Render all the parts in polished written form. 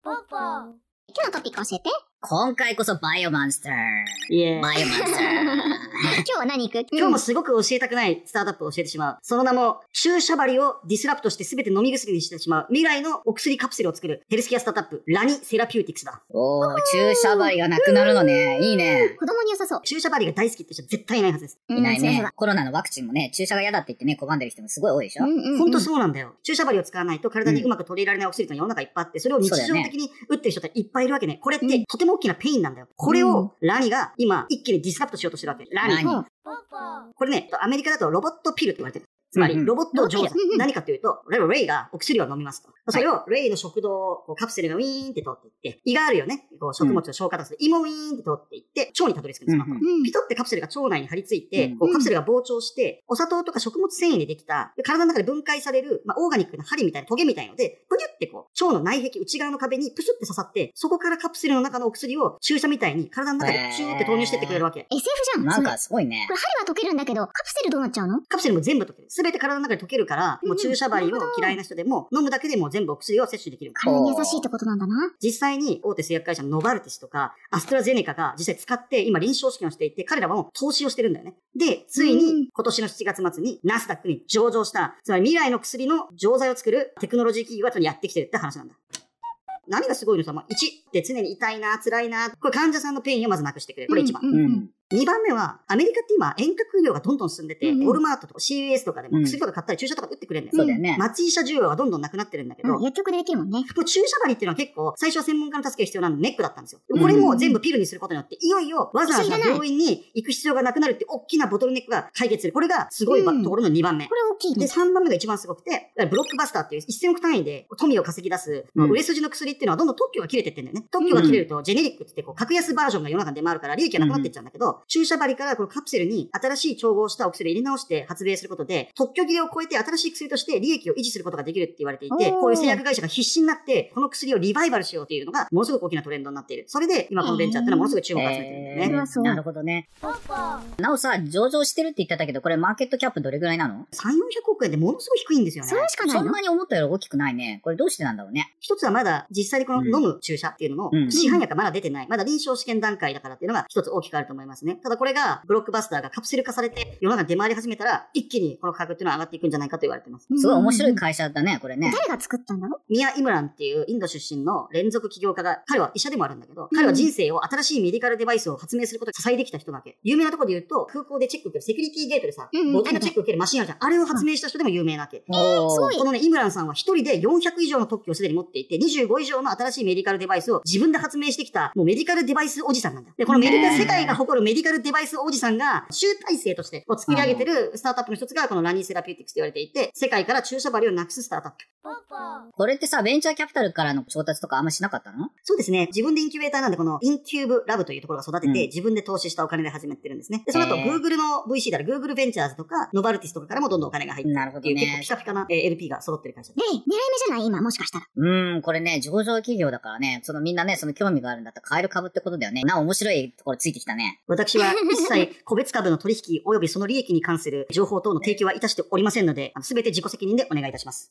今日のトピック教えて。 今回こそバイオモンスター。 イエーイ。 バイオモンスター。 今日は何行く？ 今日もすごく教えたくないスタートアップを教えてしまう。その名も、注射針をディスラプトして全て飲み薬にしてしまう未来のお薬カプセルを作るヘルスケアスタートアップ、ラニセラピューティクスだ。 おー、注射針がなくなるのね。いいね。 子供に良さそう。 注射針が大好きって人は絶対いないはずです。 いないねそうだ。 コロナのワクチンもね、注射が嫌だって言ってね、拒んでる人もすごい多いでしょ。 ほんとそうなんだよ。注射針を使わないと体にうまく取り入れられないお薬って世の中いっぱいあって、それを日常的に打ってる人っていっぱいいるわけね。これってとても大きなペインなんだよ。これをラニが今一気にディスラプトしようとしてるわけ。ラニ。これね、アメリカだとロボットピルって言われてる。つまり、ロボット錠剤。何かというと、レイがお薬を飲みますと。それを、レイの食道をカプセルがウィーンって通っていって、胃があるよね。食物の消化とする。胃もウィーンって通っていって、腸にたどり着くんですよ。ピトってカプセルが腸内に張り付いて、カプセルが膨張して、お砂糖とか食物繊維でできた、体の中で分解される、オーガニックな針みたいなトゲみたいので、ぷにゅって腸の内壁内側の壁にプスって刺さって、そこからカプセルの中のお薬を注射みたいに体の中でチューって投入してってくれるわけ。 SF じゃん。 なんかすごいね。 これ針は溶けるんだけど、カプセルどうなっちゃうの？ カプセルも全部溶ける。すべて体の中で溶けるから、もう注射針を嫌いな人でも飲むだけでも全部お薬を摂取できる。 体に優しいってことなんだな。 実際に大手製薬会社のノバルティスとかアストラゼネカが実際使って今臨床試験をしていて、彼らはもう投資をしてるんだよね。で、ついに今年の7月末にナスダックに上場した、つまり未来の薬の錠剤を作るテクノロジー企業がやってきてるって話なんだ。何がすごいのさ、1って常に痛いな、辛いな、これ患者さんのペインをまずなくしてくれる。これ1番。2番目は、アメリカって今、遠隔医療がどんどん進んでて、ウォルマートとか CVS とかでも薬とか買ったり注射とか打ってくれるんだよ。 そうだよね。 松医者需要がどんどんなくなってるんだけど、 薬局でできるもんね。 注射針っていうのは結構、最初は専門家の助けが必要なのネックだったんですよ。これも全部ピルにすることによって、いよいよわざわざ病院に行く必要がなくなるって大きなボトルネックが解決する。これがすごいところの2番目。 これ大きいね。 で、3番目が一番すごくて、ブロックバスターっていう1000億単位で富を稼ぎ出す、売れ筋の薬っていうのはどんどん特許が切れてってんだよね。特許が切れると、ジェネリックって言って格安バージョンが世の中に出回るから利益がなくなってっちゃうんだけど、注射針からこのカプセルに新しい調合したお薬を入れ直して発明することで、特許切れを超えて新しい薬として利益を維持することができるって言われていて、こういう製薬会社が必死になって、この薬をリバイバルしようっていうのが、ものすごく大きなトレンドになっている。それで、今このベンチャーってのはものすごい注目を集めてるんだよね。 なるほどね。なおさ、上場してるって言ってたけど、これマーケットキャップどれぐらいなの？ 3、400億円でものすごい低いんですよね。 それしかないの？ そんなに思ったより大きくないね。これどうしてなんだろうね。 一つはまだ実際にこの飲む注射っていうのの市販薬がまだ出てない。まだ臨床試験段階だからっていうのが一つ大きくあると思いますね。ただこれがブロックバスターがカプセル化されて世の中に出回り始めたら一気にこの価格っていうのは上がっていくんじゃないかと言われてます。 すごい面白い会社だね、これね。 誰が作ったんだろう？ ミア・イムランっていうインド出身の連続起業家が、彼は医者でもあるんだけど、彼は人生を新しいメディカルデバイスを発明することで支えてきた人だけ。有名なところで言うと、空港でチェック受けるセキュリティゲートでさ、ボタンのチェック受けるマシンあるじゃん。あれを発明した人でも有名なわけ。 そうこのね、イムランさんは一人で400以上の特許をすでに持っていて、25以上の新しいメディカルデバイスを自分で発明してきた、もうメディカルデバイスおじさんなんだよ。で、このメディカル、世界が誇るメディカルデバイスおじさんが、集大成として作り上げてるスタートアップの一つが、このラニーセラピューティクスと言われていて、世界から注射針をなくすスタートアップ。 これってさ、ベンチャーキャピタルからの調達とかあんましなかったの？ そうですね。自分でインキュベーターなんで、このインキューブラブというところが育てて、自分で投資したお金で始めてるんですね。で、その後、Google の VC である Google ベンチャーズとか、ノバルティスとかからもどんどんお金が入ってる。 なるほどね。 結構ピカピカな LP が揃ってる会社です。 狙い目じゃない今、もしかしたら。 これね、上場企業だからね、みんなね、興味があるんだったら買える株ってことだよね。面白いところついてきたね。 私は一切個別株の取引及びその利益に関する情報等の提供はいたしておりませんので、すべて自己責任でお願いいたします。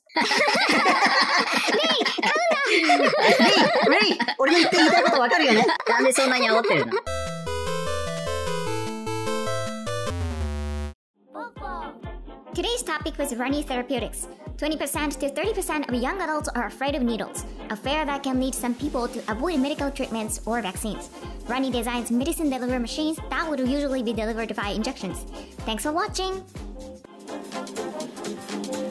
レイ俺の言いたいことわかるよね。 なんでそんなに煽ってるの ？Today's topic was Rani Therapeutics. 20% to 30% of young adults are afraid of needles, a fear that can lead some people to avoid medical treatments or vaccines. Rani designs medicine delivery machines that would usually be delivered via injections. Thanks for watching!